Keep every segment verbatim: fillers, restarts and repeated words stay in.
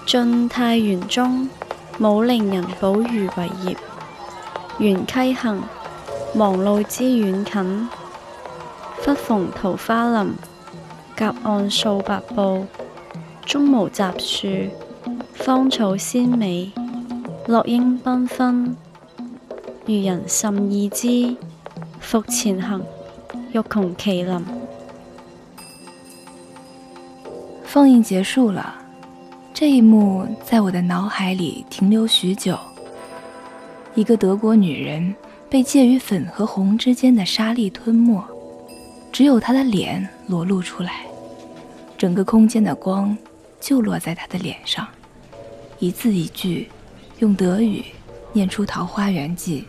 晉太元中，武陵人捕魚為業。沿溪行，忘路之遠近。忽逢桃花林，夾岸數百步。中無雜樹，芳草鮮美，落英繽紛。漁人甚異之，復前行，欲窮其林。 放映结束了，这一幕在我的脑海里停留许久。一个德国女人被介于粉和红之间的沙粒吞没，只有她的脸裸露出来，整个空间的光就落在她的脸上，一字一句用德语念出《桃花源记》。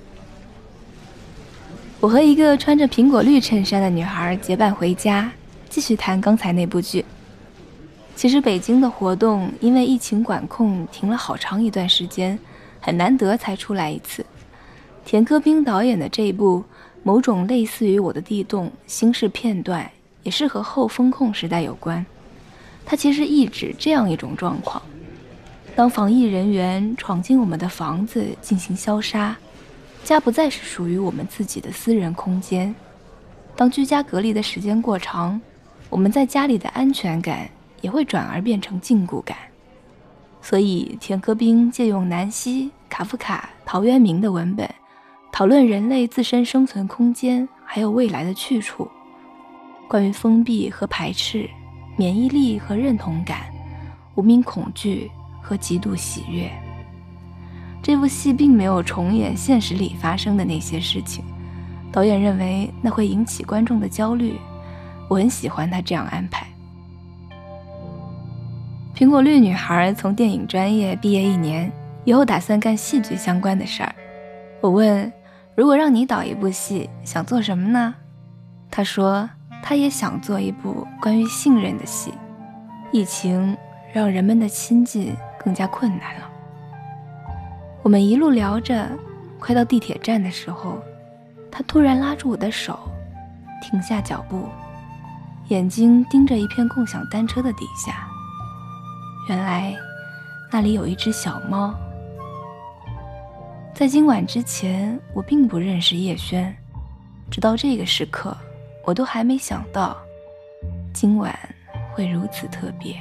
我和一个穿着苹果绿衬衫的女孩结伴回家，继续谈刚才那部剧。其实北京的活动因为疫情管控停了好长一段时间，很难得才出来一次。田科兵导演的这一部某种类似于《我的地洞》新式片段，也是和后风控时代有关。它其实意指这样一种状况：当防疫人员闯进我们的房子进行消杀，家不再是属于我们自己的私人空间。当居家隔离的时间过长，我们在家里的安全感也会转而变成禁锢感。所以田科兵借用南希、卡夫卡、陶渊明的文本，讨论人类自身生存空间还有未来的去处，关于封闭和排斥，免疫力和认同感，无名恐惧和极度喜悦。这部戏并没有重演现实里发生的那些事情，导演认为那会引起观众的焦虑，我很喜欢他这样安排。苹果绿女孩从电影专业毕业一年，以后打算干戏剧相关的事儿。我问，如果让你导一部戏，想做什么呢？她说，她也想做一部关于信任的戏。疫情让人们的亲近更加困难了。我们一路聊着，快到地铁站的时候，她突然拉住我的手，停下脚步，眼睛盯着一片共享单车的底下。原来那里有一只小猫。在今晚之前，我并不认识叶轩，直到这个时刻，我都还没想到今晚会如此特别。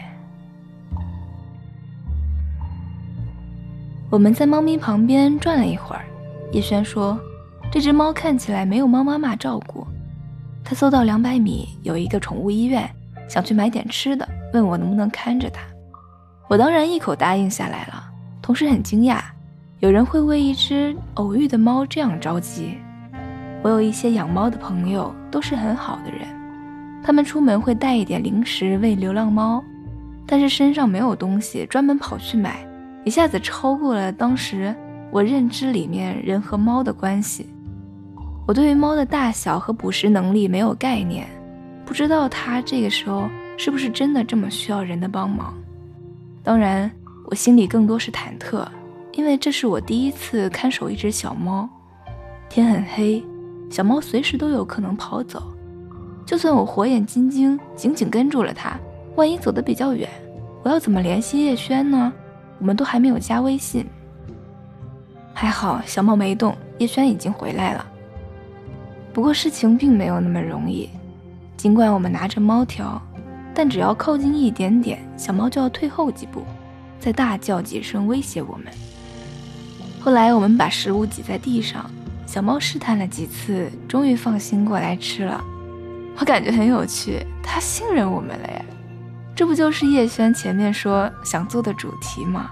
我们在猫咪旁边转了一会儿，叶轩说这只猫看起来没有猫妈妈照顾，他搜到两百米有一个宠物医院，想去买点吃的，问我能不能看着它。我当然一口答应下来了，同时很惊讶，有人会为一只偶遇的猫这样着急。我有一些养猫的朋友都是很好的人，他们出门会带一点零食喂流浪猫，但是身上没有东西专门跑去买，一下子超过了当时我认知里面人和猫的关系。我对于猫的大小和捕食能力没有概念，不知道它这个时候是不是真的这么需要人的帮忙。当然我心里更多是忐忑，因为这是我第一次看守一只小猫。天很黑，小猫随时都有可能跑走，就算我火眼金睛紧紧跟住了它，万一走得比较远，我要怎么联系叶轩呢？我们都还没有加微信。还好小猫没动，叶轩已经回来了。不过事情并没有那么容易，尽管我们拿着猫条，但只要靠近一点点，小猫就要退后几步，再大叫几声威胁我们。后来我们把食物挤在地上，小猫试探了几次，终于放心过来吃了。我感觉很有趣，它信任我们了耶，这不就是叶轩前面说想做的主题吗？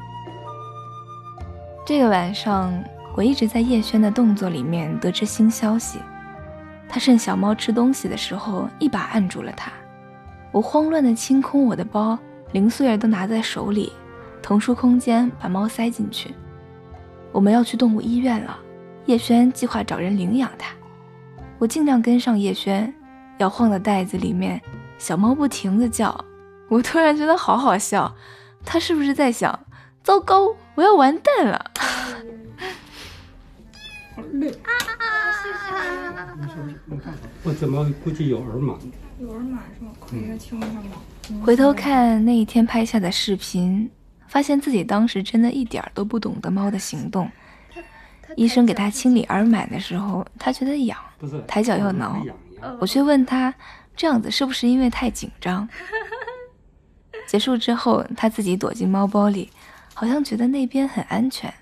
这个晚上我一直在叶轩的动作里面得知新消息，他趁小猫吃东西的时候一把按住了它。我慌乱地清空我的包，零碎儿都拿在手里，腾出空间把猫塞进去。我们要去动物医院了，叶轩计划找人领养它。我尽量跟上叶轩，摇晃的袋子里面小猫不停地叫。我突然觉得好好笑，它是不是在想，糟糕，我要完蛋了。 好累啊！没事没事，你看我怎么估计有耳螨？ 有耳螨是吗？可以在听上吗？ 回头看那一天拍下的视频， 发现自己当时真的一点都不懂得猫的行动。医生给他清理耳螨的时候，他觉得痒，抬脚要挠，我却问他这样子是不是因为太紧张。结束之后，他自己躲进猫包里，好像觉得那边很安全。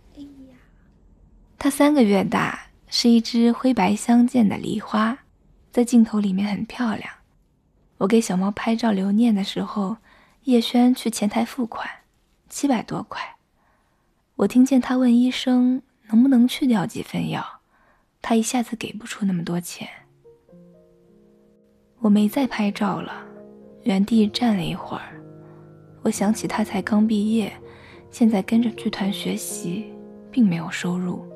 他三个月大，是一只灰白相间的梨花，在镜头里面很漂亮。我给小猫拍照留念的时候，叶轩去前台付款，七百多块。我听见他问医生能不能去掉几份药，他一下子给不出那么多钱。我没再拍照了，原地站了一会儿。我想起他才刚毕业，现在跟着剧团学习，并没有收入。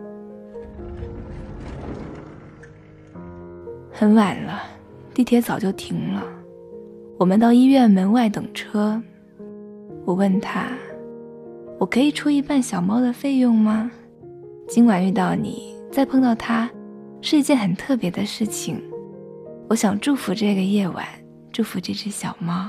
很晚了，地铁早就停了，我们到医院门外等车。我问他，我可以出一半小猫的费用吗？今晚遇到你，再碰到它，是一件很特别的事情。我想祝福这个夜晚，祝福这只小猫。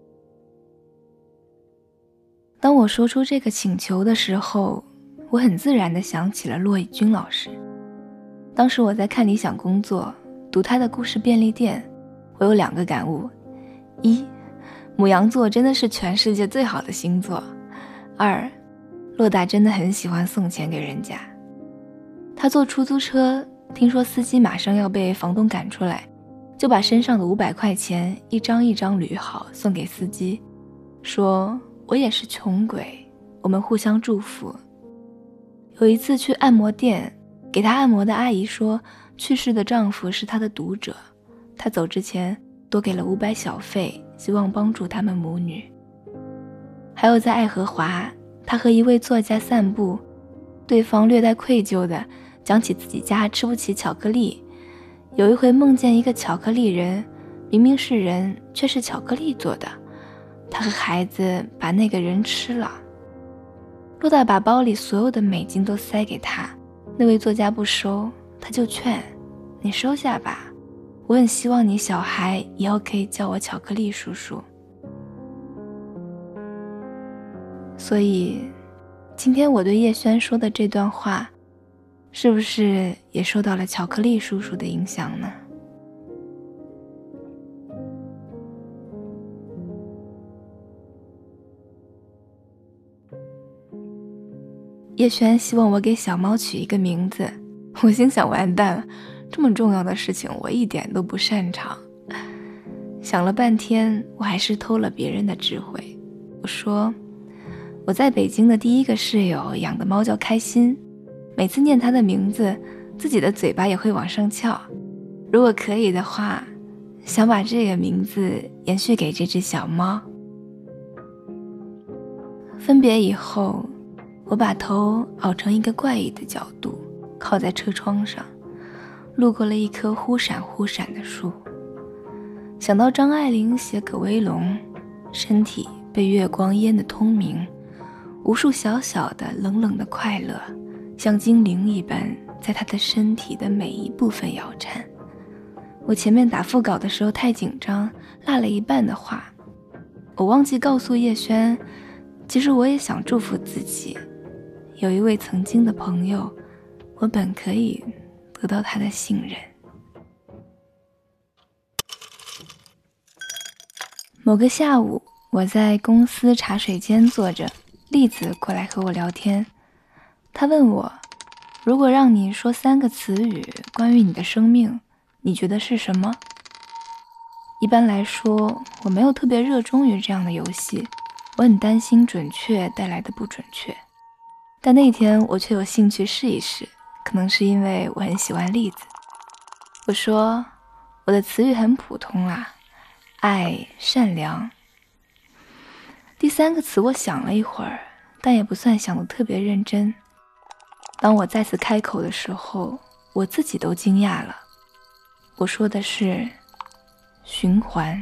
当我说出这个请求的时候，我很自然地想起了骆以军老师。当时我在看理想工作，读他的故事便利店，我有两个感悟：一，牡羊座真的是全世界最好的星座；二，骆大真的很喜欢送钱给人家。他坐出租车，听说司机马上要被房东赶出来，就把身上的五百块钱一张一张捋好送给司机，说我也是穷鬼，我们互相祝福。有一次去按摩店，给他按摩的阿姨说去世的丈夫是她的读者，她走之前多给了五百小费，希望帮助他们母女。还有在爱荷华，他和一位作家散步，对方略带愧疚地讲起自己家吃不起巧克力，有一回梦见一个巧克力人，明明是人，却是巧克力做的，他和孩子把那个人吃了。骆大把包里所有的美金都塞给他，那位作家不收，他就劝你收下吧，我很希望你小孩以后可以叫我巧克力叔叔。所以今天我对叶轩说的这段话，是不是也受到了巧克力叔叔的影响呢？叶轩希望我给小猫取一个名字，我心想完蛋了，这么重要的事情我一点都不擅长。想了半天，我还是偷了别人的智慧。我说，我在北京的第一个室友养的猫叫开心，每次念它的名字，自己的嘴巴也会往上翘。如果可以的话，想把这个名字延续给这只小猫。分别以后，我把头凹成一个怪异的角度，靠在车窗上，路过了一棵忽闪忽闪的树，想到张爱玲写葛威龙，身体被月光淹得通明，无数小小的冷冷的快乐像精灵一般在他的身体的每一部分摇颤。我前面打副稿的时候太紧张，落了一半的话，我忘记告诉叶轩，其实我也想祝福自己，有一位曾经的朋友，我本可以得到他的信任。某个下午，我在公司茶水间坐着，栗子过来和我聊天。他问我，如果让你说三个词语关于你的生命，你觉得是什么？一般来说，我没有特别热衷于这样的游戏，我很担心准确带来的不准确。但那天我却有兴趣试一试，可能是因为我很喜欢栗子。我说，我的词语很普通啦，爱、善良。第三个词我想了一会儿，但也不算想得特别认真。当我再次开口的时候，我自己都惊讶了。我说的是循环。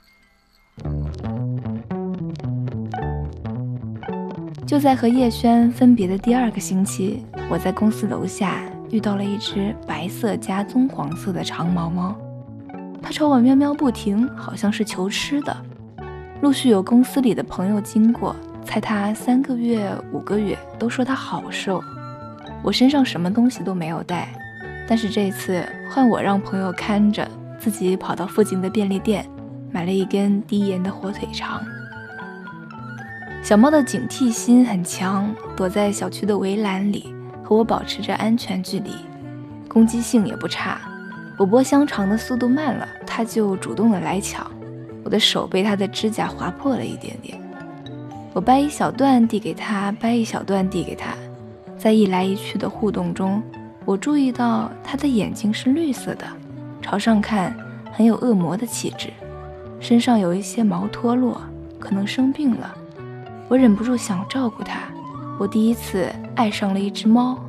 就在和叶轩分别的第二个星期，我在公司楼下遇到了一只白色加棕黄色的长毛猫，它朝我喵喵不停，好像是求吃的。陆续有公司里的朋友经过， 猜他三个月、五个月，都说他好瘦。我身上什么东西都没有带，但是这次换我让朋友看着，自己跑到附近的便利店买了一根低盐的火腿肠。小猫的警惕心很强，躲在小区的围栏里，和我保持着安全距离，攻击性也不差。我剥香肠的速度慢了，它就主动的来抢，我的手被它的指甲划破了一点点。我掰一小段递给它，掰一小段递给它，在一来一去的互动中，我注意到它的眼睛是绿色的，朝上看很有恶魔的气质，身上有一些毛脱落，可能生病了。我忍不住想照顾它，我第一次爱上了一只猫。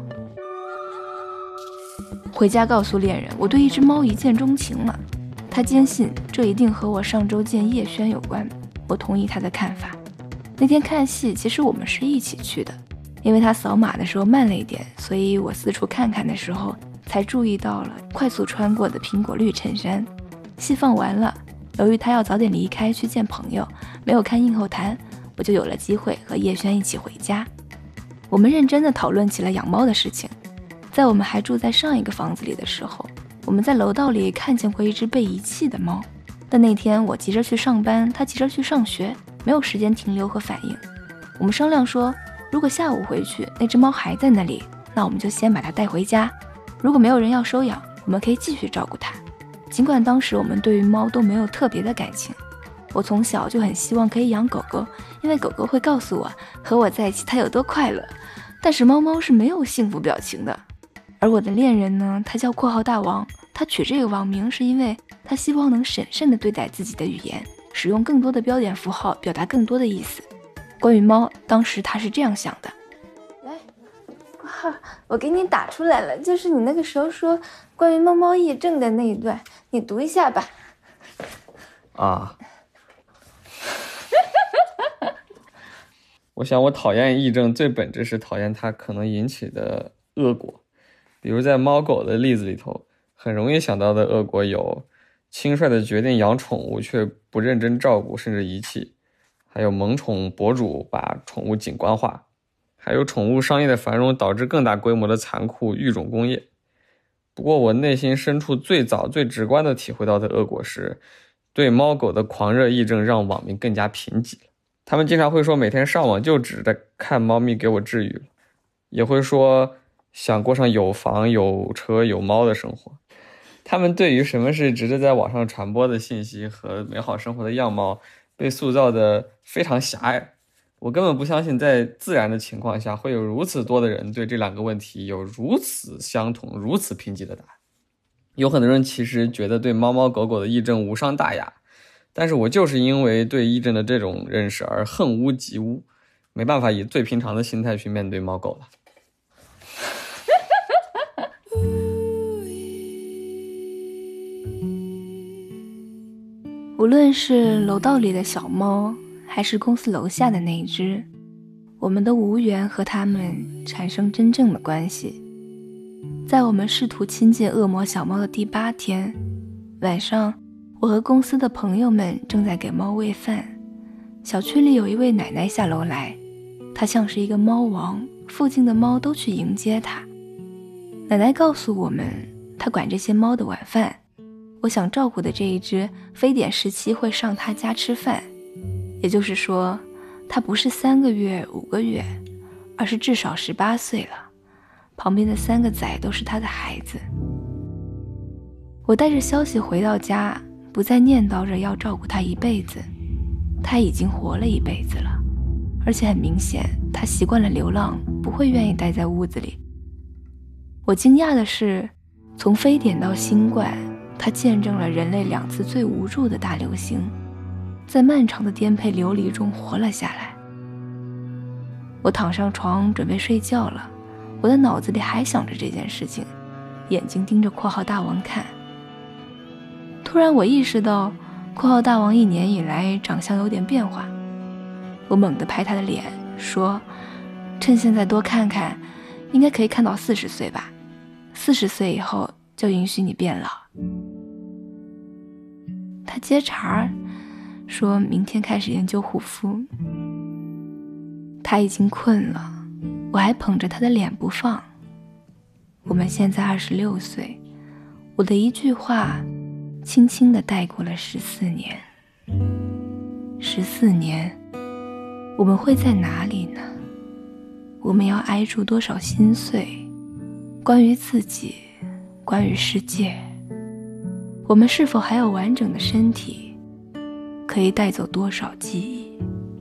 回家告诉恋人，我对一只猫一见钟情了。他坚信这一定和我上周见叶轩有关，我同意他的看法。那天看戏，其实我们是一起去的，因为他扫码的时候慢了一点，所以我四处看看的时候才注意到了快速穿过的苹果绿衬衫。戏放完了，由于他要早点离开去见朋友，没有看映后谈，我就有了机会和叶轩一起回家。我们认真地讨论起了养猫的事情。在我们还住在上一个房子里的时候，我们在楼道里看见过一只被遗弃的猫，但那天我急着去上班，他急着去上学，没有时间停留和反应。我们商量说，如果下午回去那只猫还在那里，那我们就先把它带回家，如果没有人要收养，我们可以继续照顾它。尽管当时我们对于猫都没有特别的感情，我从小就很希望可以养狗狗，因为狗狗会告诉我和我在一起它有多快乐，但是猫猫是没有幸福表情的。而我的恋人呢，他叫括号大王，他取这个网名是因为他希望能审慎地对待自己的语言，使用更多的标点符号表达更多的意思。关于猫，当时他是这样想的。来，括号，我给你打出来了，就是你那个时候说关于猫猫议政的那一段，你读一下吧。 啊。我想我讨厌议政最本质是讨厌它可能引起的恶果。比如在猫狗的例子里头，很容易想到的恶果有轻率的决定养宠物却不认真照顾甚至遗弃，还有萌宠博主把宠物景观化，还有宠物商业的繁荣导致更大规模的残酷育种工业。不过我内心深处最早最直观的体会到的恶果是，对猫狗的狂热议政让网民更加贫瘠了。他们经常会说每天上网就指着看猫咪给我治愈了，也会说想过上有房有车有猫的生活。他们对于什么是值得在网上传播的信息和美好生活的样貌被塑造的非常狭隘。我根本不相信在自然的情况下会有如此多的人对这两个问题有如此相同如此贫瘠的答案。有很多人其实觉得对猫猫狗狗的议政无伤大雅，但是我就是因为对议政的这种认识而恨恶极恶，没办法以最平常的心态去面对猫狗了。 无论是楼道里的小猫，还是公司楼下的那一只，我们都无缘和它们产生真正的关系。在我们试图亲近恶魔小猫的第八天晚上，我和公司的朋友们正在给猫喂饭。小区里有一位奶奶下楼来，她像是一个猫王，附近的猫都去迎接她。奶奶告诉我们，她管这些猫的晚饭，我想照顾的这一只非典时期会上她家吃饭，也就是说它不是三个月五个月，而是至少十八岁了，旁边的三个崽都是他的孩子。我带着消息回到家，不再念叨着要照顾他一辈子，他已经活了一辈子了，而且很明显他习惯了流浪，不会愿意待在屋子里。我惊讶的是，从非典到新冠，他见证了人类两次最无助的大流行，在漫长的颠沛流离中活了下来。我躺上床准备睡觉了，我的脑子里还想着这件事情，眼睛盯着括号大王看。突然我意识到括号大王一年以来长相有点变化，我猛地拍他的脸说，趁现在多看看，应该可以看到四十岁吧，四十岁以后就允许你变老。他接茬说明天开始研究护肤。 他已经困了，我还捧着他的脸不放。我们现在二十六岁，我的一句话轻轻地带过了十四年。十四年，我们会在哪里呢？我们要挨住多少心碎？关于自己，关于世界，我们是否还有完整的身体，可以带走多少记忆？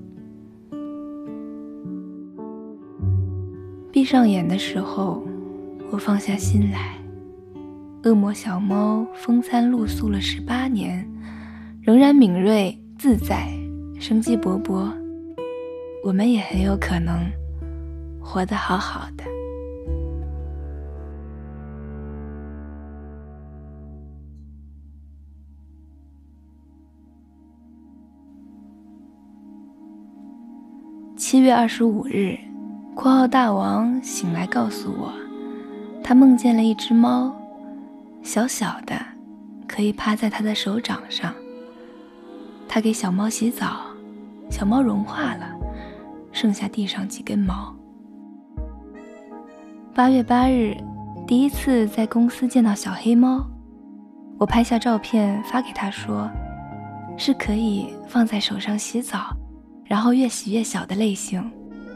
闭上眼的时候，我放下心来。恶魔小猫风餐露宿了十八年，仍然敏锐、自在、生机勃勃。我们也很有可能活得好好的。七月二十五日，括号大王醒来告诉我，他梦见了一只猫，小小的，可以趴在他的手掌上。他给小猫洗澡，小猫融化了，剩下地上几根毛。八月八日，第一次在公司见到小黑猫，我拍下照片发给他说，是可以放在手上洗澡，然后越洗越小的类型。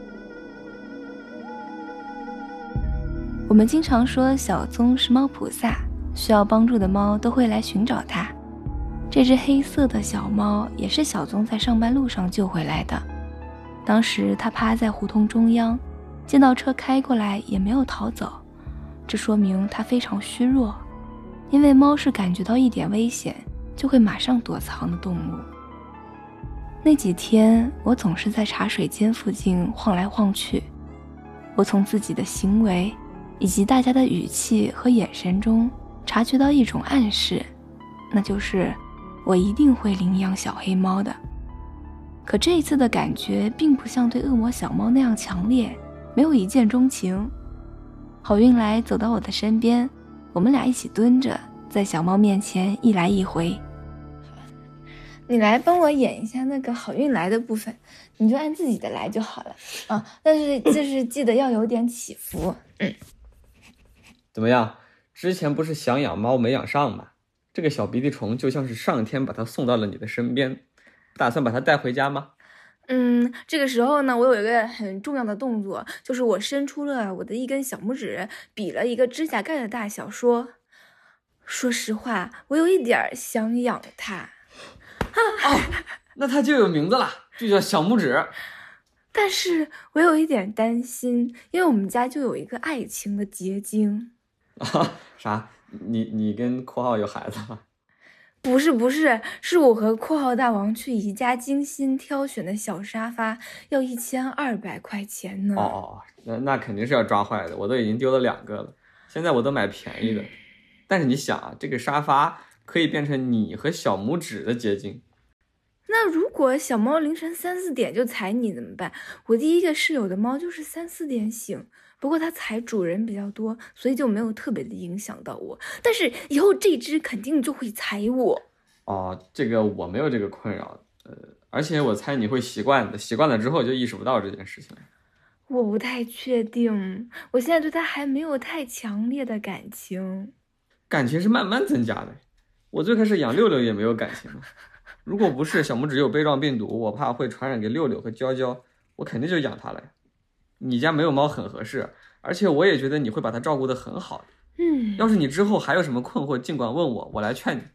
我们经常说小宗是猫菩萨，需要帮助的猫都会来寻找它。这只黑色的小猫也是小宗在上班路上救回来的。当时它趴在胡同中央，见到车开过来也没有逃走，这说明它非常虚弱，因为猫是感觉到一点危险就会马上躲藏的动物。那几天我总是在茶水间附近晃来晃去，我从自己的行为以及大家的语气和眼神中察觉到一种暗示，那就是我一定会领养小黑猫的。可这一次的感觉并不像对恶魔小猫那样强烈，没有一见钟情。好运来走到我的身边，我们俩一起蹲着，在小猫面前一来一回。你来帮我演一下那个好运来的部分，你就按自己的来就好了啊！但是就是记得要有点起伏。嗯， 怎么样？之前不是想养猫没养上吗？这个小鼻涕虫就像是上天把它送到了你的身边，打算把它带回家吗？ 嗯，这个时候呢，我有一个很重要的动作，就是我伸出了我的一根小拇指，比了一个指甲盖的大小，说：“说实话，我有一点想养它。” 哦，那它就有名字了，就叫小拇指。 但是我有一点担心，因为我们家就有一个爱情的结晶。 啊？啥？你你跟括号有孩子吗？ 不是不是，是我和括号大王去宜家精心挑选的小沙发，要一千二百块钱呢。 哦哦，那那肯定是要抓坏的，我都已经丢了两个了，现在我都买便宜的。但是你想啊，这个沙发可以变成你和小拇指的结晶。 那如果小猫凌晨三四点就踩你怎么办？我第一个室友的猫就是三四点醒，不过它踩主人比较多，所以就没有特别的影响到我。但是以后这只肯定就会踩我。 哦，这个我没有这个困扰，呃，而且我猜你会习惯的，习惯了之后就意识不到这件事情了。 我不太确定，我现在对它还没有太强烈的感情。 感情是慢慢增加的，我最开始养六六也没有感情的。如果不是小拇指有杯状病毒，我怕会传染给六六和娇娇，我肯定就养它了。你家没有猫很合适，而且我也觉得你会把它照顾得很好的。 嗯， 要是你之后还有什么困惑，尽管问我，我来劝你。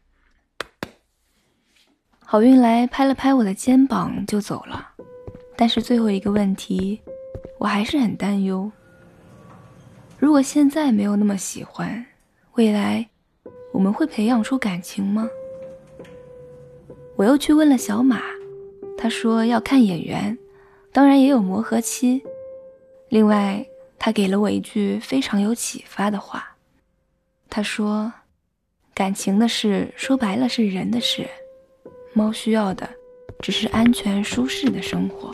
好运来拍了拍我的肩膀就走了，但是最后一个问题，我还是很担忧。如果现在没有那么喜欢，未来我们会培养出感情吗？我又去问了小马，他说要看眼缘，当然也有磨合期。另外，他给了我一句非常有启发的话，他说，感情的事说白了是人的事，猫需要的只是安全舒适的生活。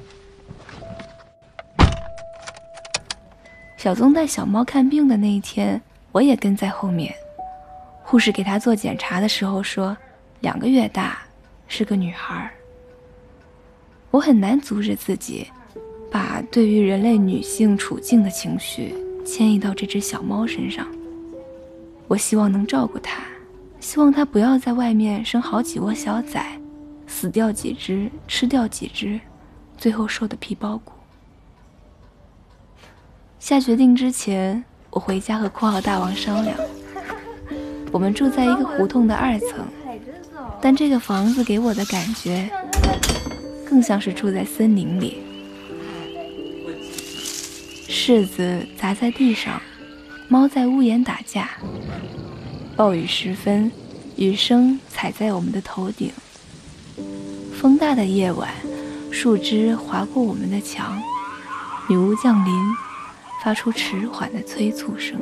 小宗带小猫看病的那一天，我也跟在后面。护士给他做检查的时候说，两个月大，是个女孩。我很难阻止自己， 把对于人类女性处境的情绪迁移到这只小猫身上。我希望能照顾它，希望它不要在外面生好几窝小崽，死掉几只，吃掉几只，最后瘦得皮包骨。下决定之前，我回家和括号大王商量。我们住在一个胡同的二层，但这个房子给我的感觉更像是住在森林里。柿子砸在地上，猫在屋檐打架。暴雨时分，雨声踩在我们的头顶。风大的夜晚，树枝划过我们的墙，女巫降临，发出迟缓的催促声。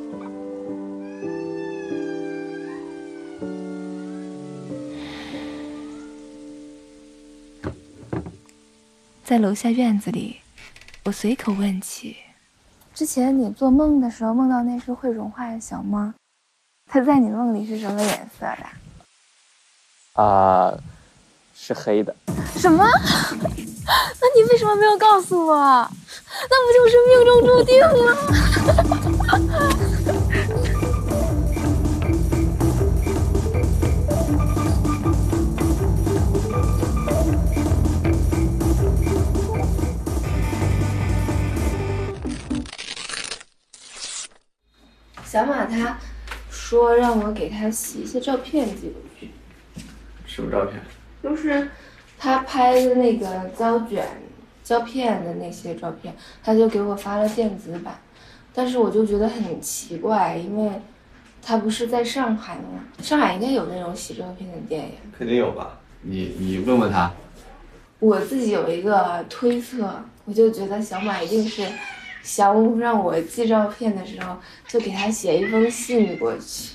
在楼下院子里，我随口问起：之前你做梦的时候梦到那只会融化的小猫，它在你梦里是什么颜色的？ 啊、呃，是黑的。 什么？那你为什么没有告诉我？那不就是命中注定吗？小马他说让我给他洗一些照片寄过去。 什么照片？ 就是他拍的那个胶卷胶片的那些照片，他就给我发了电子版。但是我就觉得很奇怪，因为他不是在上海吗？上海应该有那种洗照片的店呀。 肯定有吧？你你问问他。 我自己有一个推测，我就觉得小马一定是想让我寄照片的时候，就给他写一封信过去。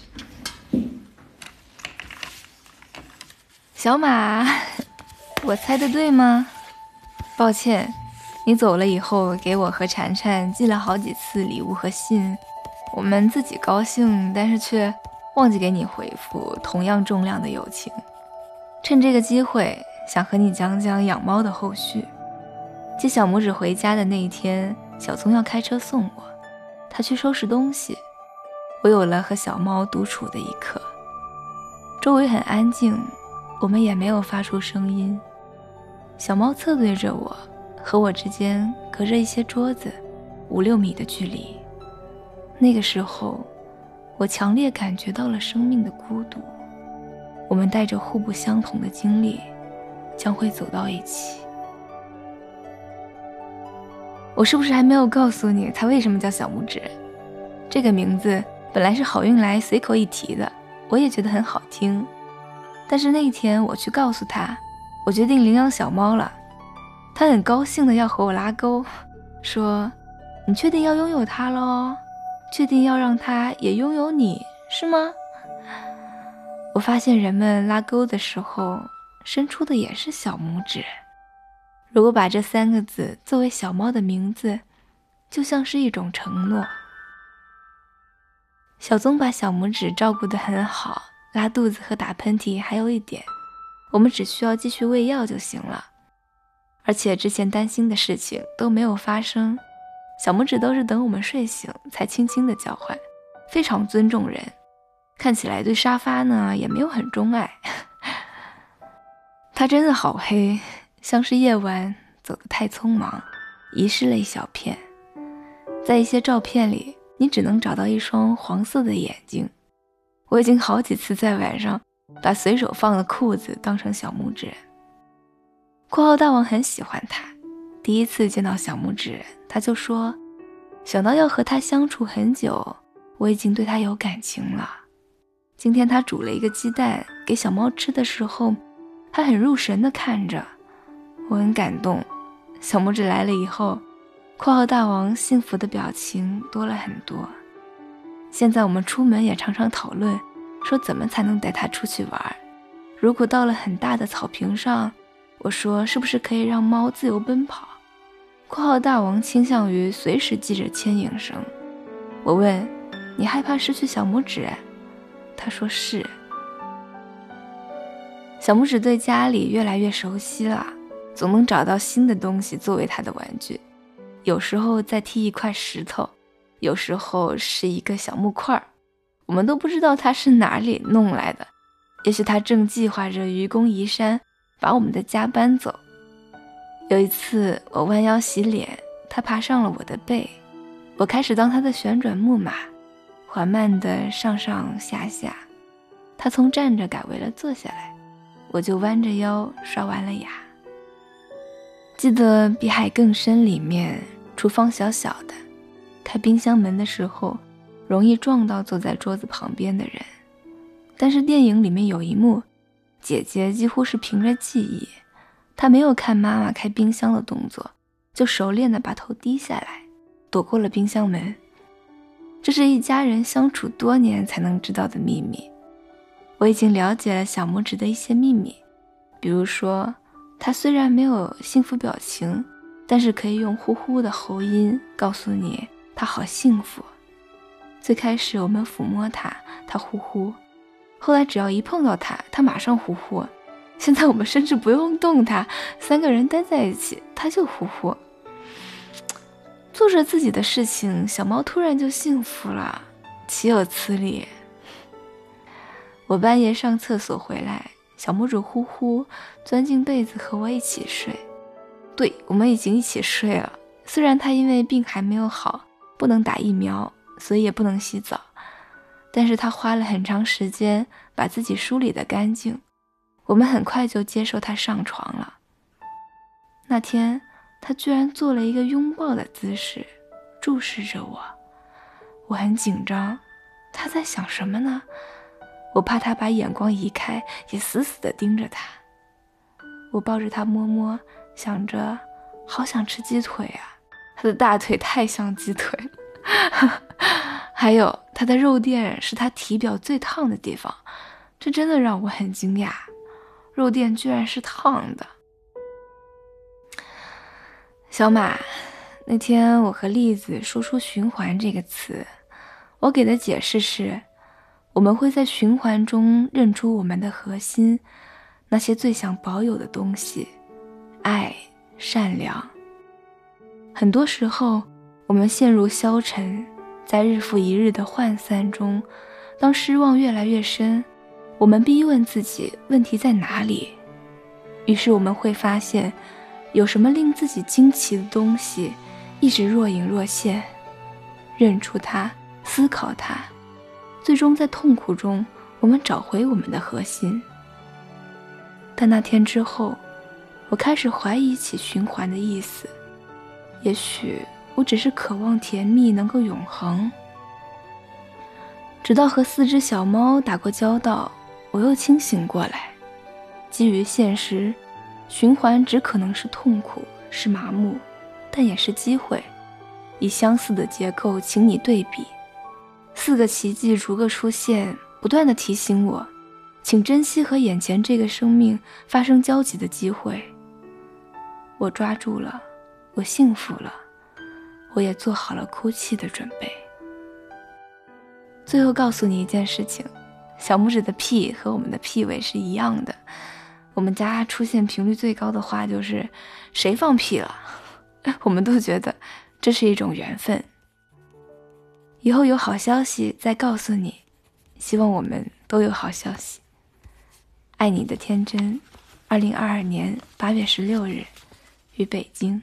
小马，我猜的对吗？抱歉，你走了以后给我和婵婵寄了好几次礼物和信，我们自己高兴，但是却忘记给你回复同样重量的友情。趁这个机会，想和你讲讲养猫的后续。接小拇指回家的那一天，小聪要开车送我，他去收拾东西，我有了和小猫独处的一刻。周围很安静，我们也没有发出声音。小猫侧对着我，和我之间隔着一些桌子，五六米的距离。那个时候，我强烈感觉到了生命的孤独。我们带着互不相同的经历，将会走到一起。我是不是还没有告诉你它为什么叫小拇指？这个名字本来是郝运来随口一提的，我也觉得很好听。但是那天我去告诉他，我决定领养小猫了。他很高兴的要和我拉钩，说：“你确定要拥有它咯？确定要让它也拥有你，是吗？”我发现人们拉钩的时候，伸出的也是小拇指。如果把这三个字作为小猫的名字，就像是一种承诺。小宗把小拇指照顾得很好，拉肚子和打喷嚏还有一点，我们只需要继续喂药就行了。而且之前担心的事情都没有发生，小拇指都是等我们睡醒才轻轻的叫唤，非常尊重人，看起来对沙发呢也没有很钟爱。它真的好黑，像是夜晚走得太匆忙，遗失了一小片。在一些照片里，你只能找到一双黄色的眼睛。我已经好几次在晚上把随手放的裤子当成小拇指。括号大王很喜欢它，第一次见到小拇指，他就说，想到要和它相处很久，我已经对它有感情了。今天他煮了一个鸡蛋给小猫吃的时候，他很入神地看着，我很感动。小拇指来了以后，括号大王幸福的表情多了很多。现在我们出门也常常讨论，说怎么才能带它出去玩。如果到了很大的草坪上，我说是不是可以让猫自由奔跑？括号大王倾向于随时系着牵引绳。我问，你害怕失去小拇指？他说是。小拇指对家里越来越熟悉了， 总能找到新的东西作为他的玩具。有时候再踢一块石头，有时候是一个小木块，我们都不知道他是哪里弄来的。也许他正计划着愚公移山，把我们的家搬走。有一次我弯腰洗脸，他爬上了我的背，我开始当他的旋转木马，缓慢地上上下下。他从站着改为了坐下来，我就弯着腰刷完了牙。记得比海更深里面，厨房小小的，开冰箱门的时候容易撞到坐在桌子旁边的人。但是电影里面有一幕，姐姐几乎是凭着记忆，她没有看妈妈开冰箱的动作，就熟练地把头低下来，躲过了冰箱门。这是一家人相处多年才能知道的秘密。我已经了解了小拇指的一些秘密，比如说他虽然没有幸福表情，但是可以用呼呼的喉音告诉你他好幸福。最开始我们抚摸他，他呼呼，后来只要一碰到他，他马上呼呼。现在我们甚至不用动他，三个人待在一起，他就呼呼。做着自己的事情，小猫突然就幸福了，岂有此理。我半夜上厕所回来，小拇指呼呼钻进被子和我一起睡。对，我们已经一起睡了。虽然他因为病还没有好，不能打疫苗，所以也不能洗澡，但是他花了很长时间把自己梳理得干净。我们很快就接受他上床了。那天他居然做了一个拥抱的姿势，注视着我。我很紧张，他在想什么呢？我怕他把眼光移开，也死死地盯着他。我抱着他摸摸，想着好想吃鸡腿啊，他的大腿太像鸡腿了。还有他的肉垫是他体表最烫的地方，这真的让我很惊讶，肉垫居然是烫的。小马，那天我和栗子说出循环这个词，我给的解释是，我们会在循环中认出我们的核心，那些最想保有的东西，爱、善良。很多时候我们陷入消沉，在日复一日的涣散中，当失望越来越深，我们逼问自己问题在哪里。于是我们会发现，有什么令自己惊奇的东西一直若隐若现，认出它，思考它，最终在痛苦中我们找回我们的核心。但那天之后，我开始怀疑起循环的意思，也许我只是渴望甜蜜能够永恒。直到和四只小猫打过交道，我又清醒过来。基于现实，循环只可能是痛苦，是麻木，但也是机会。以相似的结构，请你对比。四个奇迹逐个出现，不断地提醒我，请珍惜和眼前这个生命发生交集的机会。我抓住了，我幸福了，我也做好了哭泣的准备。最后告诉你一件事情，小拇指的屁和我们的屁味是一样的。我们家出现频率最高的话就是谁放屁了，我们都觉得这是一种缘分。以后有好消息再告诉你，希望我们都有好消息。爱你的天真，二零二二年八月十六日，于北京。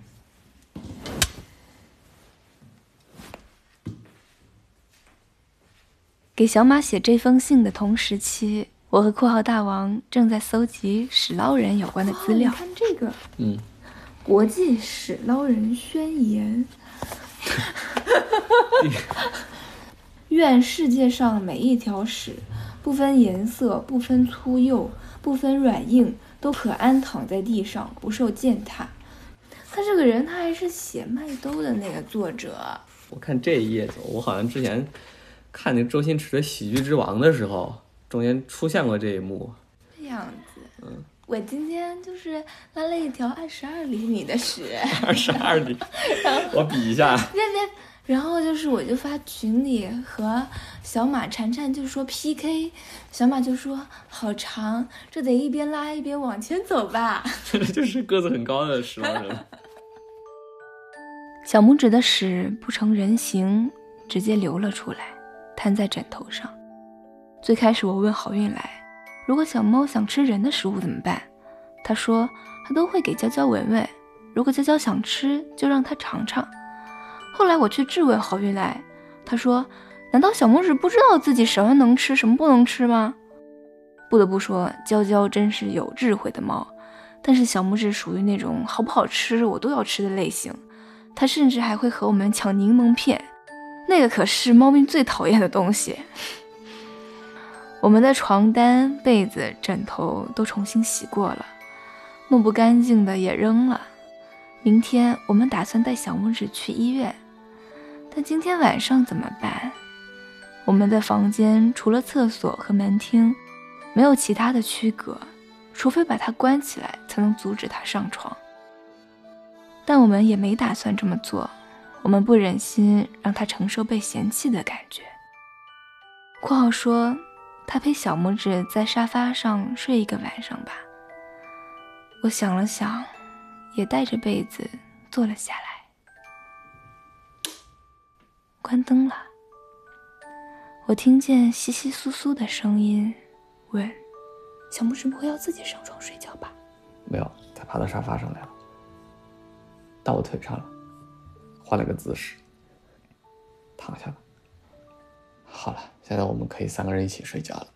给小马写这封信的同时期，我和括号大王正在搜集史捞人有关的资料。哦、你看这个， 嗯， 国际史捞人宣言。愿世界上每一条史，不分颜色，不分粗幼，不分软硬，都可安躺在地上，不受践踏。他这个人，他还是写麦兜的那个作者。 我看这一页，我好像之前看那个周星驰的《喜剧之王》的时候，中间出现过这一幕。 这样子， 嗯， 我今天就是拉了一条二十二厘米的屎。 二十二厘，我比一下。 别别， 然后就是我就发群里和小马缠缠就说 P K， 小马就说好长，这得一边拉一边往前走吧。 就是个子很高的屎王人。 小拇指的屎不成人形，直接流了出来，摊在枕头上。最开始我问好运来，如果小猫想吃人的食物怎么办？他说他都会给娇娇闻闻，如果娇娇想吃就让他尝尝。后来我去质问好运来，他说难道小拇指不知道自己什么能吃什么不能吃吗？不得不说娇娇真是有智慧的猫，但是小拇指属于那种好不好吃我都要吃的类型，它甚至还会和我们抢柠檬片，那个可是猫咪最讨厌的东西。我们的床单、被子、枕头都重新洗过了，弄不干净的也扔了。明天我们打算带小拇指去医院，但今天晚上怎么办？我们的房间除了厕所和门厅，没有其他的区隔，除非把它关起来，才能阻止它上床。但我们也没打算这么做，我们不忍心让它承受被嫌弃的感觉。括号说他陪小拇指在沙发上睡一个晚上吧。我想了想，也带着被子坐了下来。关灯了，我听见窸窸窣窣的声音，问小拇指不会要自己上床睡觉吧？ 没有，他爬到沙发上来了，到我腿上了，换了个姿势，躺下了。好了，现在我们可以三个人一起睡觉了。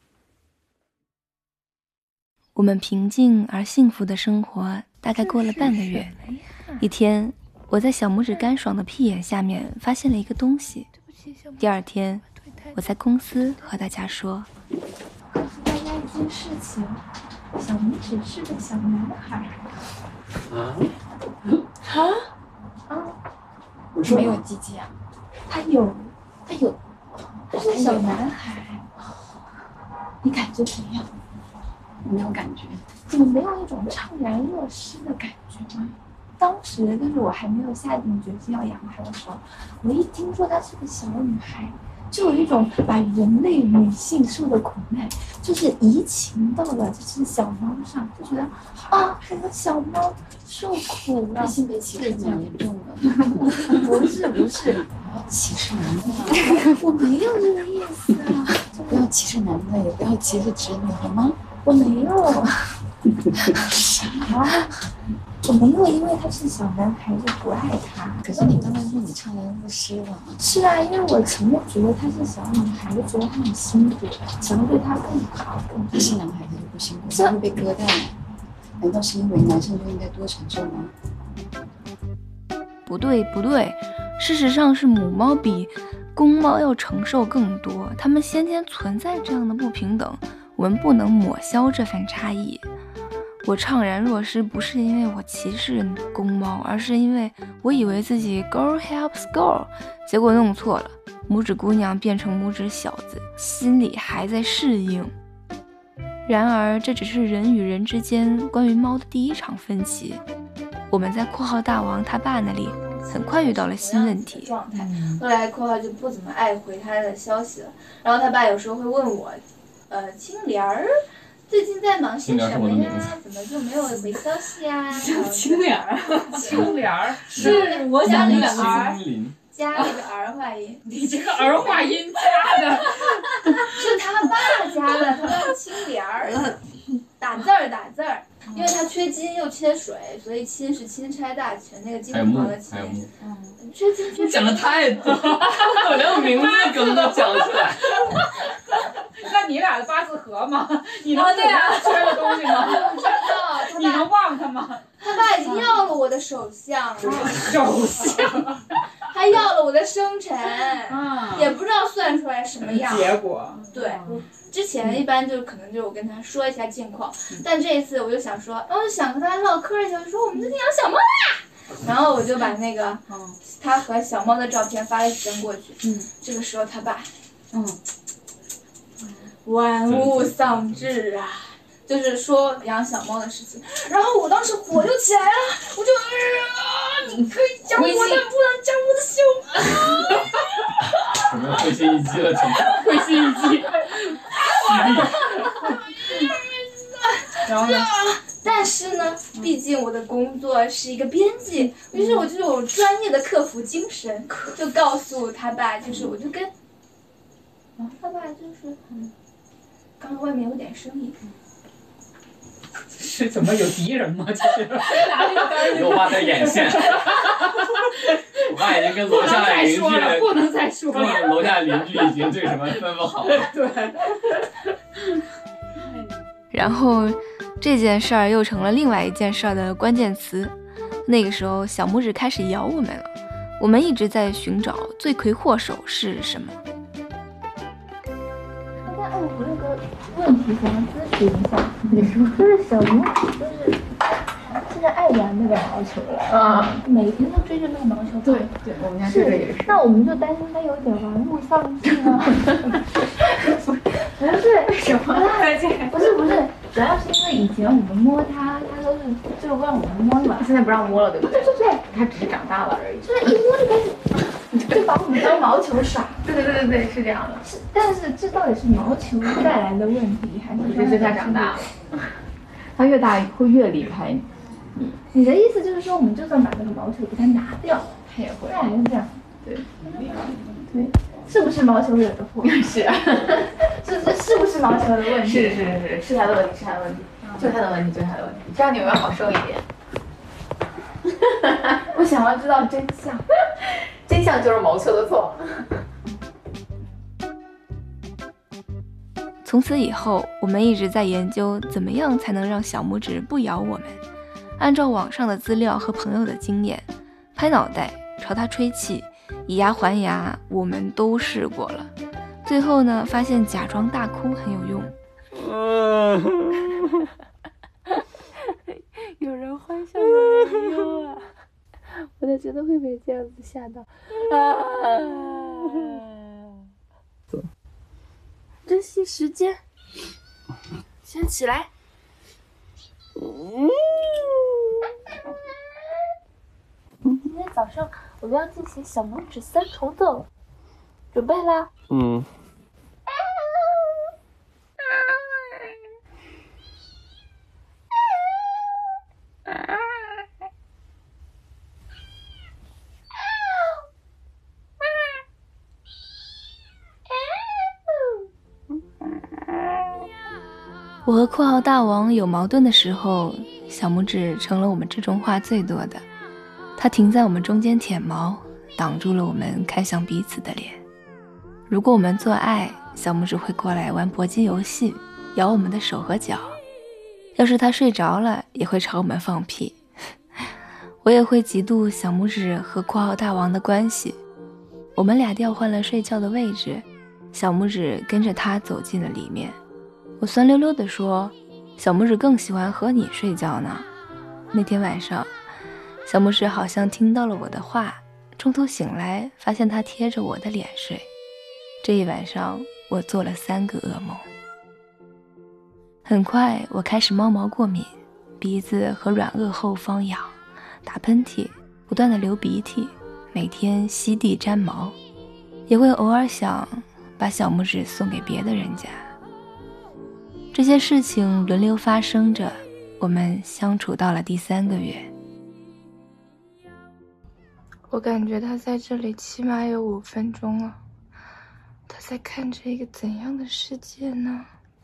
我们平静而幸福的生活大概过了半个月。一天，我在小拇指干爽的屁眼下面发现了一个东西。第二天，我在公司和大家说，告诉大家一件事情，小拇指是个小男孩。 啊啊啊！ 没有鸡鸡啊？ 他有，他有，他是小男孩。你感觉怎么样？ 没有感觉。 怎么没有一种怅然若失的感觉吗？当时就是我还没有下定决心要养它的时候，我一听说她是个小女孩，就有一种把人类女性受的苦难，就是移情到了这只小猫上，就觉得啊，这个小猫受苦了。 性别歧视蛮严重的。 不是不是， 歧视男的， 我没有这个意思啊。 不要歧视男的，也不要歧视直女，好吗？ 我没有。啥？我没有因为他是小男孩就不爱他。 可是你刚才说你怅然若失了。 是啊，因为我前面觉得他是小女孩，就觉得他很辛苦，想要对他更好更好。 他是男孩他就不辛苦，他会被割掉。难道是因为男生就应该多承受吗？ 不对不对，事实上是母猫比公猫要承受更多，它们先天存在这样的不平等，我们不能抹消这份差异。我怅然若失不是因为我歧视公猫，而是因为我以为自己 girl helps girl， 结果弄错了，拇指姑娘变成拇指小子，心里还在适应。然而这只是人与人之间关于猫的第一场分歧。我们在括号大王他爸那里很快遇到了新问题状态，后来括号就不怎么爱回他的消息了。然后他爸有时候会问我，呃，青莲儿最近在忙些什么呀？怎么就没有回消息呀？ 青莲儿，青莲儿是我家里的儿， 林家里的儿化音。 你这个儿化音加的， 是他爸加的，他叫青莲儿，打字儿打字儿。因为它缺金又缺水，所以钦是钦差大权，那个金字旁的钦。嗯，缺金缺水。 讲的太多，我连名字梗都讲出来。 那你俩的八字合吗？你能哦对啊， 缺的东西吗？ 我不知道， 你能忘他吗？ 他爸已经要了我的手相了， 手相， 还要了我的生辰， 啊， 也不知道算出来什么样。 结果对。之前一般就可能就我跟他说一下近况，但这一次我就想说，哦，想和他唠嗑一下，我就说我们最近养小猫啦，然后我就把那个他和小猫的照片发了几张过去。嗯，这个时候他爸，嗯，玩物丧志啊， 就是说养小猫的事情，然后我当时火就起来了，我就啊，你可以讲我的，不能讲我的胸啊！ 什么会心一击了？怎么会心一击？然后呢？ 但是呢，毕竟我的工作是一个编辑，于是我就有专业的客服精神，就告诉他爸，就是我就跟，啊，他爸就是嗯，刚刚外面有点声音。 是怎么有敌人吗？就是哪里有敌人？ 我爸在眼线，我爸已经跟楼下邻居， 不能再说了， 跟楼下邻居已经对什么分不好了。 对。 然后这件事儿又成了另外一件事儿的关键词。那个时候，小拇指开始咬我们了。我们一直在寻找罪魁祸首是什么。 那我有个问题想要咨询一下，你说就是小拇指就是现在爱玩那个毛球了啊，每天都追着那个毛球跑。 对对，我们家这个也是。 那我们就担心他有点玩物丧志啊。不是为什么？不是不是，主要是因为以前我们摸它，它都是就让我们摸嘛。 现在不让摸了，对不对？ 对对对， 它只是长大了而已。 就是一摸就开始，就把我们当毛球耍。 对对对对对，是这样的。 是，但是这到底是毛球带来的问题，还是只是它长大了？ 它越大会越离开你。 你你的意思就是说，我们就算把那个毛球给它拿掉， 它也会。 那还是这样。 对。 对。是不是毛球惹的祸？ 是啊， 这这是不是毛球的问题？ 是是是是他的问题，是他的问题，就他的问题，就他的问题。这样你们要好受一点。 我想要知道真相， 真相就是毛球的错。 从此以后，我们一直在研究怎么样才能让小拇指不咬我们。按照网上的资料和朋友的经验，拍脑袋，朝它吹气。以牙还牙，我们都试过了，最后呢，发现假装大哭很有用。 有人欢笑，有人忧啊！我都觉得会被这样子吓到。啊！珍惜时间，先起来。嗯。今天早上我们要进行小拇指三重奏，准备啦！ 嗯。 我和括号大王有矛盾的时候，小拇指成了我们之中话最多的。它停在我们中间舔毛，挡住了我们看向彼此的脸。如果我们做爱，小拇指会过来玩搏击游戏，咬我们的手和脚。要是它睡着了，也会朝我们放屁。我也会嫉妒小拇指和括号大王的关系。我们俩调换了睡觉的位置，小拇指跟着他走进了里面。我酸溜溜地说，小拇指更喜欢和你睡觉呢。那天晚上，小拇指好像听到了我的话，中途醒来，发现他贴着我的脸睡。这一晚上，我做了三个噩梦。很快，我开始猫毛过敏，鼻子和软腭后方痒，打喷嚏，不断的流鼻涕，每天吸地沾毛，也会偶尔想把小拇指送给别的人家。这些事情轮流发生着，我们相处到了第三个月。 我感觉他在这里起码有五分钟了，他在看着一个怎样的世界呢？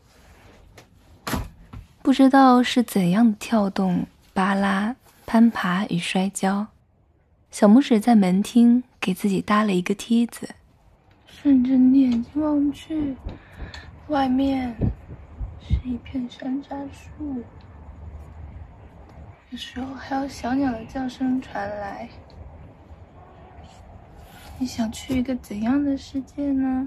不知道是怎样的跳动、扒拉、攀爬与摔跤。小拇指在门厅给自己搭了一个梯子， 顺着你眼睛望去，外面是一片山楂树，有时候还有小鸟的叫声传来。你想去一个怎样的世界呢？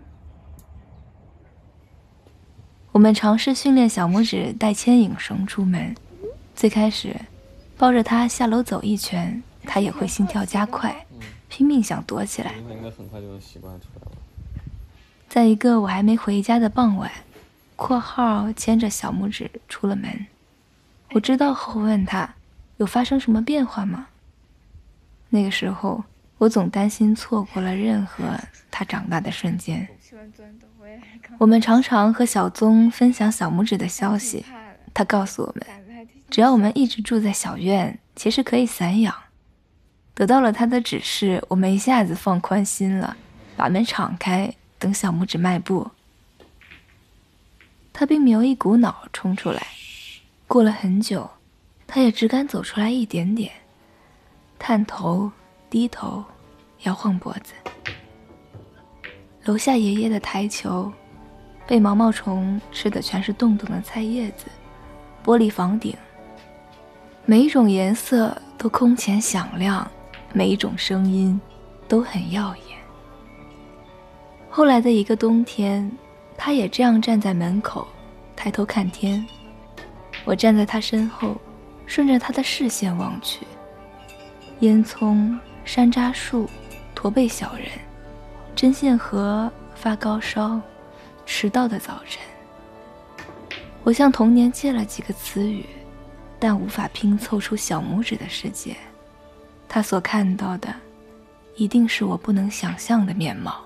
我们尝试训练小拇指带牵引绳出门。最开始，抱着它下楼走一圈，它也会心跳加快，拼命想躲起来。 应该很快就能习惯出来了。 在一个我还没回家的傍晚， 括号牵着小拇指出了门。我知道后问他有发生什么变化吗？那个时候我总担心错过了任何他长大的瞬间。我们常常和小宗分享小拇指的消息，他告诉我们，只要我们一直住在小院，其实可以散养。得到了他的指示，我们一下子放宽心了，把门敞开，等小拇指迈步。他并没有一股脑冲出来，过了很久，他也只敢走出来一点点，探头低头摇晃脖子。楼下爷爷的台球被毛毛虫吃的全是洞洞的菜叶子，玻璃房顶，每一种颜色都空前响亮，每一种声音都很耀眼。后来的一个冬天，他也这样站在门口，抬头看天。我站在他身后，顺着他的视线望去，烟囱、山楂树、驼背小人、针线盒、发高烧、迟到的早晨。我向童年借了几个词语，但无法拼凑出小拇指的世界。他所看到的，一定是我不能想象的面貌。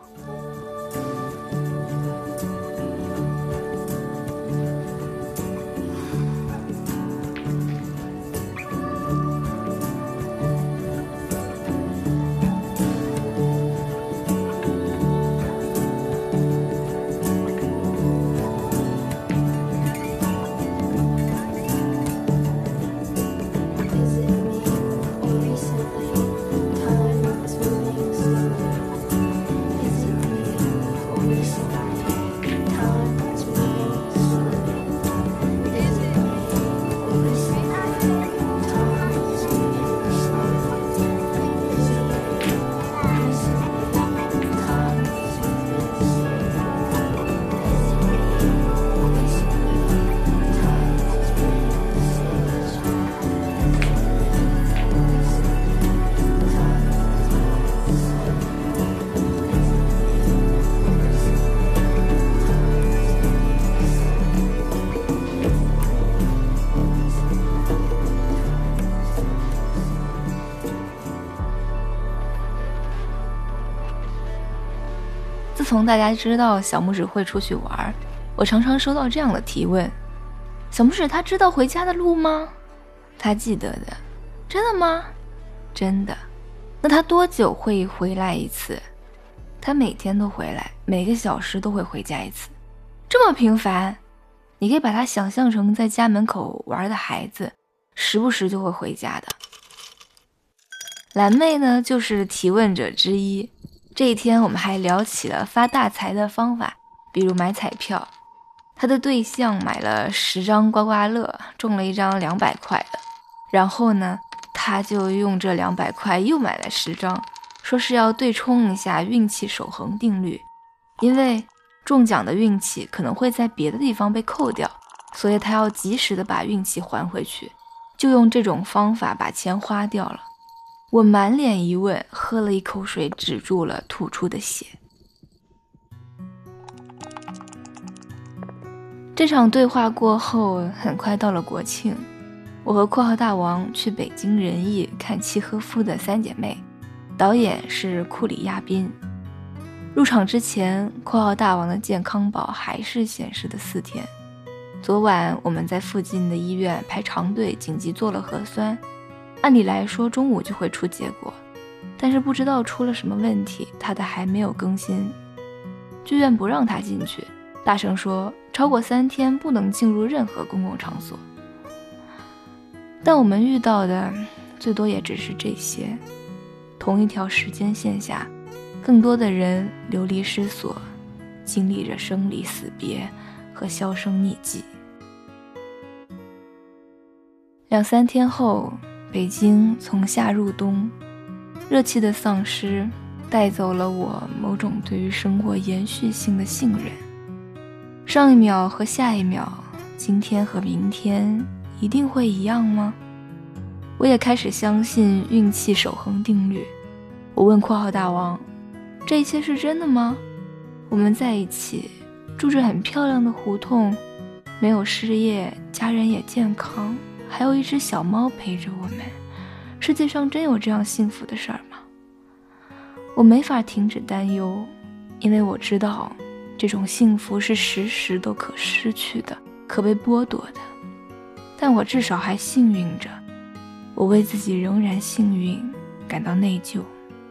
自从大家知道小拇指会出去玩，我常常收到这样的提问：小拇指他知道回家的路吗？他记得的。真的吗？真的。那他多久会回来一次？他每天都回来，每个小时都会回家一次。这么频繁，你可以把它想象成在家门口玩的孩子，时不时就会回家的。蓝妹呢，就是提问者之一。这一天我们还聊起了发大财的方法，比如买彩票。他的对象买了十张刮刮乐，中了一张两百块的，然后呢，他就用这两百块又买了十张，说是要对冲一下运气守恒定律，因为中奖的运气可能会在别的地方被扣掉，所以他要及时的把运气还回去，就用这种方法把钱花掉了。我满脸疑问，喝了一口水，止住了吐出的血。这场对话过后，很快到了国庆，我和括号大王去北京人艺看契诃夫的三姐妹，导演是库里亚宾。入场之前，括号大王的健康宝还是显示的四天。昨晚我们在附近的医院排长队，紧急做了核酸。按理来说中午就会出结果，但是不知道出了什么问题，他的还没有更新。剧院不让他进去，大声说超过三天不能进入任何公共场所。但我们遇到的最多也只是这些。同一条时间线下，更多的人流离失所，经历着生离死别和销声匿迹。两三天后，北京从夏入冬，热气的丧失带走了我某种对于生活延续性的信任。上一秒和下一秒，今天和明天一定会一样吗？我也开始相信运气守恒定律。我问括号大王，这一切是真的吗？我们在一起住着很漂亮的胡同，没有失业，家人也健康，还有一只小猫陪着我们。世界上真有这样幸福的事儿吗？我没法停止担忧，因为我知道这种幸福是时时都可失去的，可被剥夺的。但我至少还幸运着，我为自己仍然幸运感到内疚。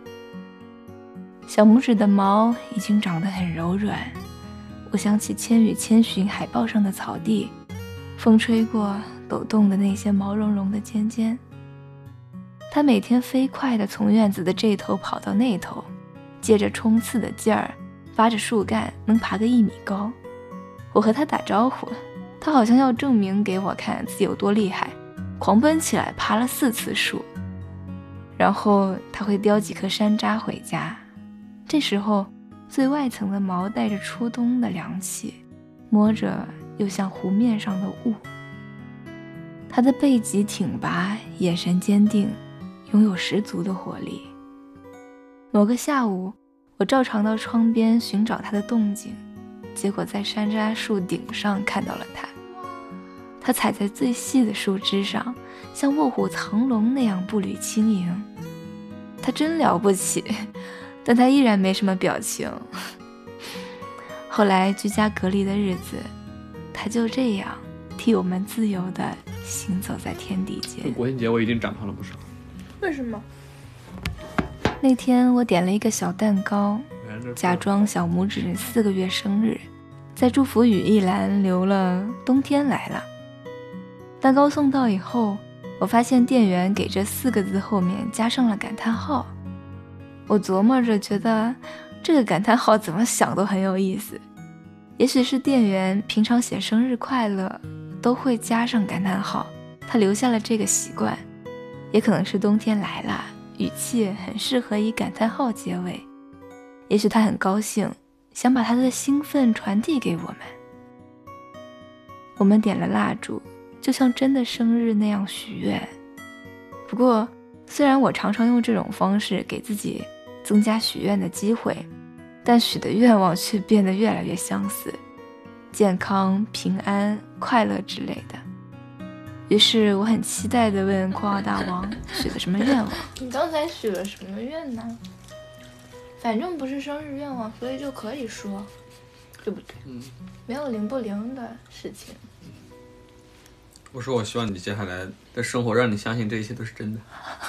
小拇指的毛已经长得很柔软，我想起《千与千寻》海报上的草地，风吹过抖动的那些毛茸茸的尖尖。它每天飞快地从院子的这头跑到那头，借着冲刺的劲儿，发着树干能爬个一米高。我和它打招呼，它好像要证明给我看自己有多厉害，狂奔起来爬了四次树。然后它会叼几颗山楂回家，这时候最外层的毛带着初冬的凉气，摸着又像湖面上的雾。它的背脊挺拔，眼神坚定，拥有十足的活力。某个下午，我照常到窗边寻找它的动静，结果在山楂树顶上看到了它。它踩在最细的树枝上，像卧虎藏龙那样步履轻盈。它真了不起，但它依然没什么表情。后来居家隔离的日子，它就这样替我们自由地行走在天地间。 国庆节我已经长胖了不少。 为什么？那天我点了一个小蛋糕，假装小拇指四个月生日，在祝福语一栏留了冬天来了。蛋糕送到以后，我发现店员给这四个字后面加上了感叹号。我琢磨着觉得这个感叹号怎么想都很有意思，也许是店员平常写生日快乐都会加上感叹号，他留下了这个习惯，也可能是冬天来了，语气很适合以感叹号结尾。也许他很高兴，想把他的兴奋传递给我们。我们点了蜡烛，就像真的生日那样许愿。不过虽然我常常用这种方式给自己增加许愿的机会，但许的愿望却变得越来越相似，健康、平安、快乐之类的。于是我很期待地问括号大王许的什么愿望。 你刚才许了什么愿呢？反正不是生日愿望，所以就可以说，对不对？ 嗯， 没有灵不灵的事情。 我说我希望你接下来的生活让你相信这一切都是真的。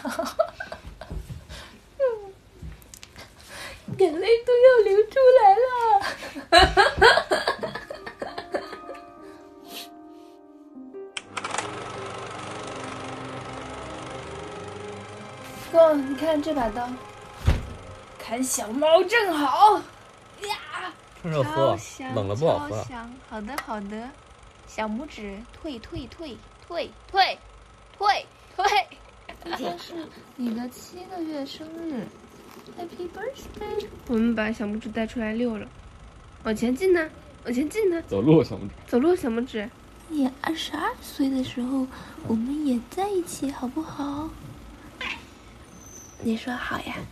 眼泪都要流出来了。哥，你看这把刀，砍小猫正好。呀， 趁热喝，冷了不好喝。 好的好的，小拇指退退退退退退退。今天是你的七个月生日。Happy birthday！ 我们把小拇指带出来溜了，往前进呢，往前进呢。 走路，小拇指。 走路，小拇指。也二十二岁的时候，我们也在一起，好不好？你说好呀。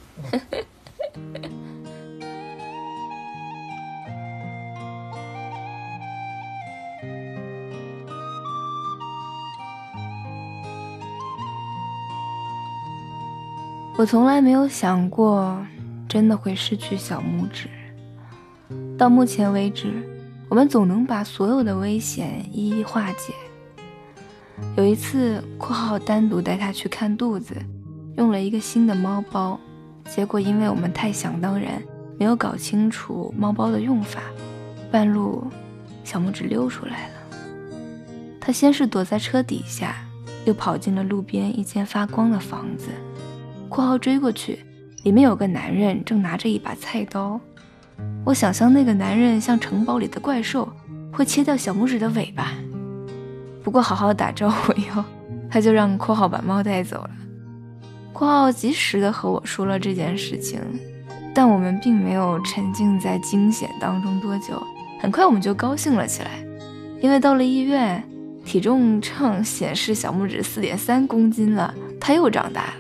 我从来没有想过真的会失去小拇指。到目前为止，我们总能把所有的危险一一化解。有一次括号单独带他去看肚子，用了一个新的猫包，结果因为我们太想当然，没有搞清楚猫包的用法，半路小拇指溜出来了。他先是躲在车底下，又跑进了路边一间发光的房子。括号追过去，里面有个男人正拿着一把菜刀。我想象那个男人像城堡里的怪兽，会切掉小拇指的尾巴。不过好好打招呼以后，他就让括号把猫带走了。括号及时的和我说了这件事情，但我们并没有沉浸在惊险当中多久，很快我们就高兴了起来，因为到了医院，体重秤显示小拇指 四点三公斤了，他又长大了。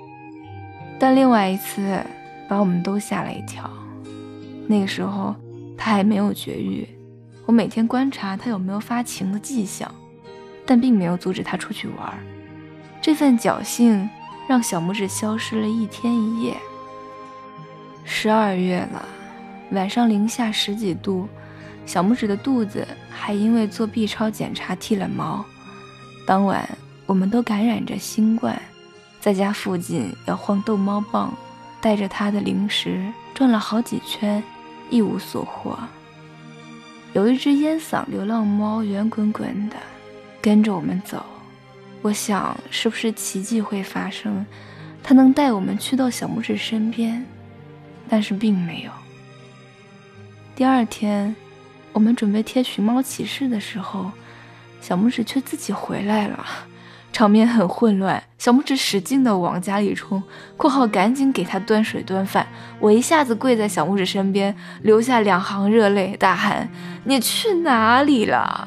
但另外一次把我们都吓了一跳，那个时候他还没有绝育，我每天观察他有没有发情的迹象，但并没有阻止他出去玩。这份侥幸让小拇指消失了一天一夜。十二月了，晚上零下十几度，小拇指的肚子还因为做 B 超检查剃了毛。当晚我们都感染着新冠，在家附近要晃逗猫棒，带着它的零食转了好几圈，一无所获。有一只烟嗓流浪猫圆滚滚的跟着我们走，我想是不是奇迹会发生，它能带我们去到小拇指身边，但是并没有。第二天我们准备贴寻猫启事的时候，小拇指却自己回来了，场面很混乱，小拇指使劲地往家里冲，括号赶紧给他端水端饭。我一下子跪在小拇指身边，流下两行热泪，大喊：你去哪里了？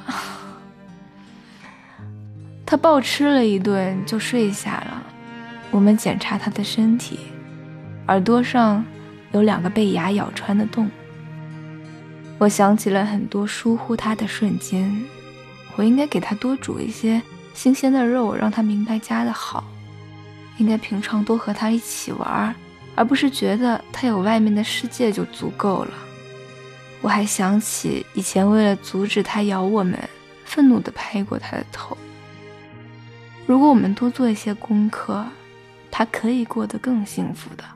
他暴吃了一顿就睡下了。我们检查他的身体，耳朵上有两个被牙咬穿的洞。我想起了很多疏忽他的瞬间，我应该给他多煮一些新鲜的肉，让他明白家的好，应该平常多和他一起玩，而不是觉得他有外面的世界就足够了。我还想起以前为了阻止他咬我们，愤怒地拍过他的头。如果我们多做一些功课，他可以过得更幸福的。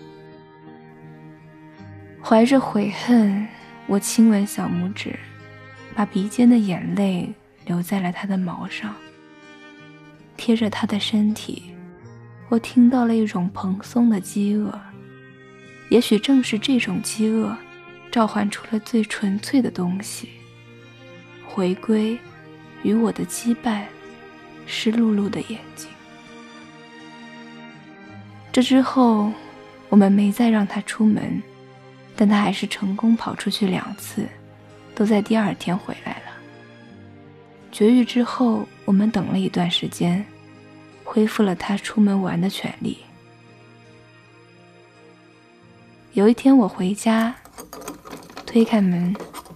怀着悔恨，我亲吻小拇指，把鼻尖的眼泪留在了他的毛上。贴着他的身体，我听到了一种蓬松的饥饿，也许正是这种饥饿召唤出了最纯粹的东西，回归与我的羁绊，湿漉漉的眼睛。这之后我们没再让他出门，但他还是成功跑出去两次，都在第二天回来了。绝育之后，我们等了一段时间，恢复了他出门玩的权利。有一天我回家，推开门，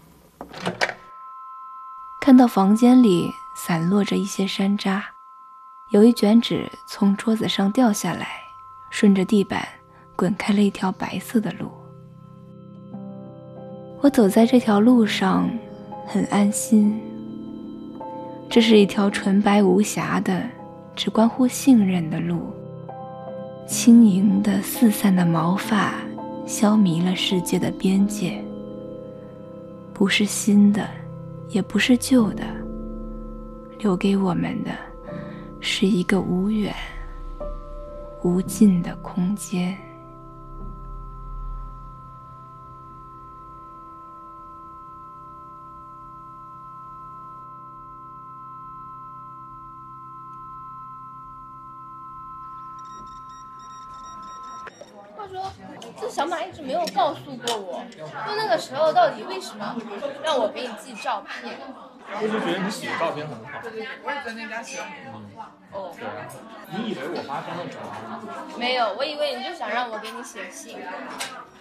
看到房间里散落着一些山楂，有一卷纸从桌子上掉下来，顺着地板滚开了一条白色的路。我走在这条路上很安心，这是一条纯白无瑕的只关乎信任的路。轻盈的四散的毛发消弭了世界的边界，不是新的也不是旧的，留给我们的是一个无远无尽的空间。 话说，这小马一直没有告诉过我，就那个时候到底为什么让我给你寄照片？ 我就觉得你洗的照片很好。 对对对，我也在那家洗了。哦。 对啊。你以为我发生了什么？ 没有，我以为你就想让我给你写信。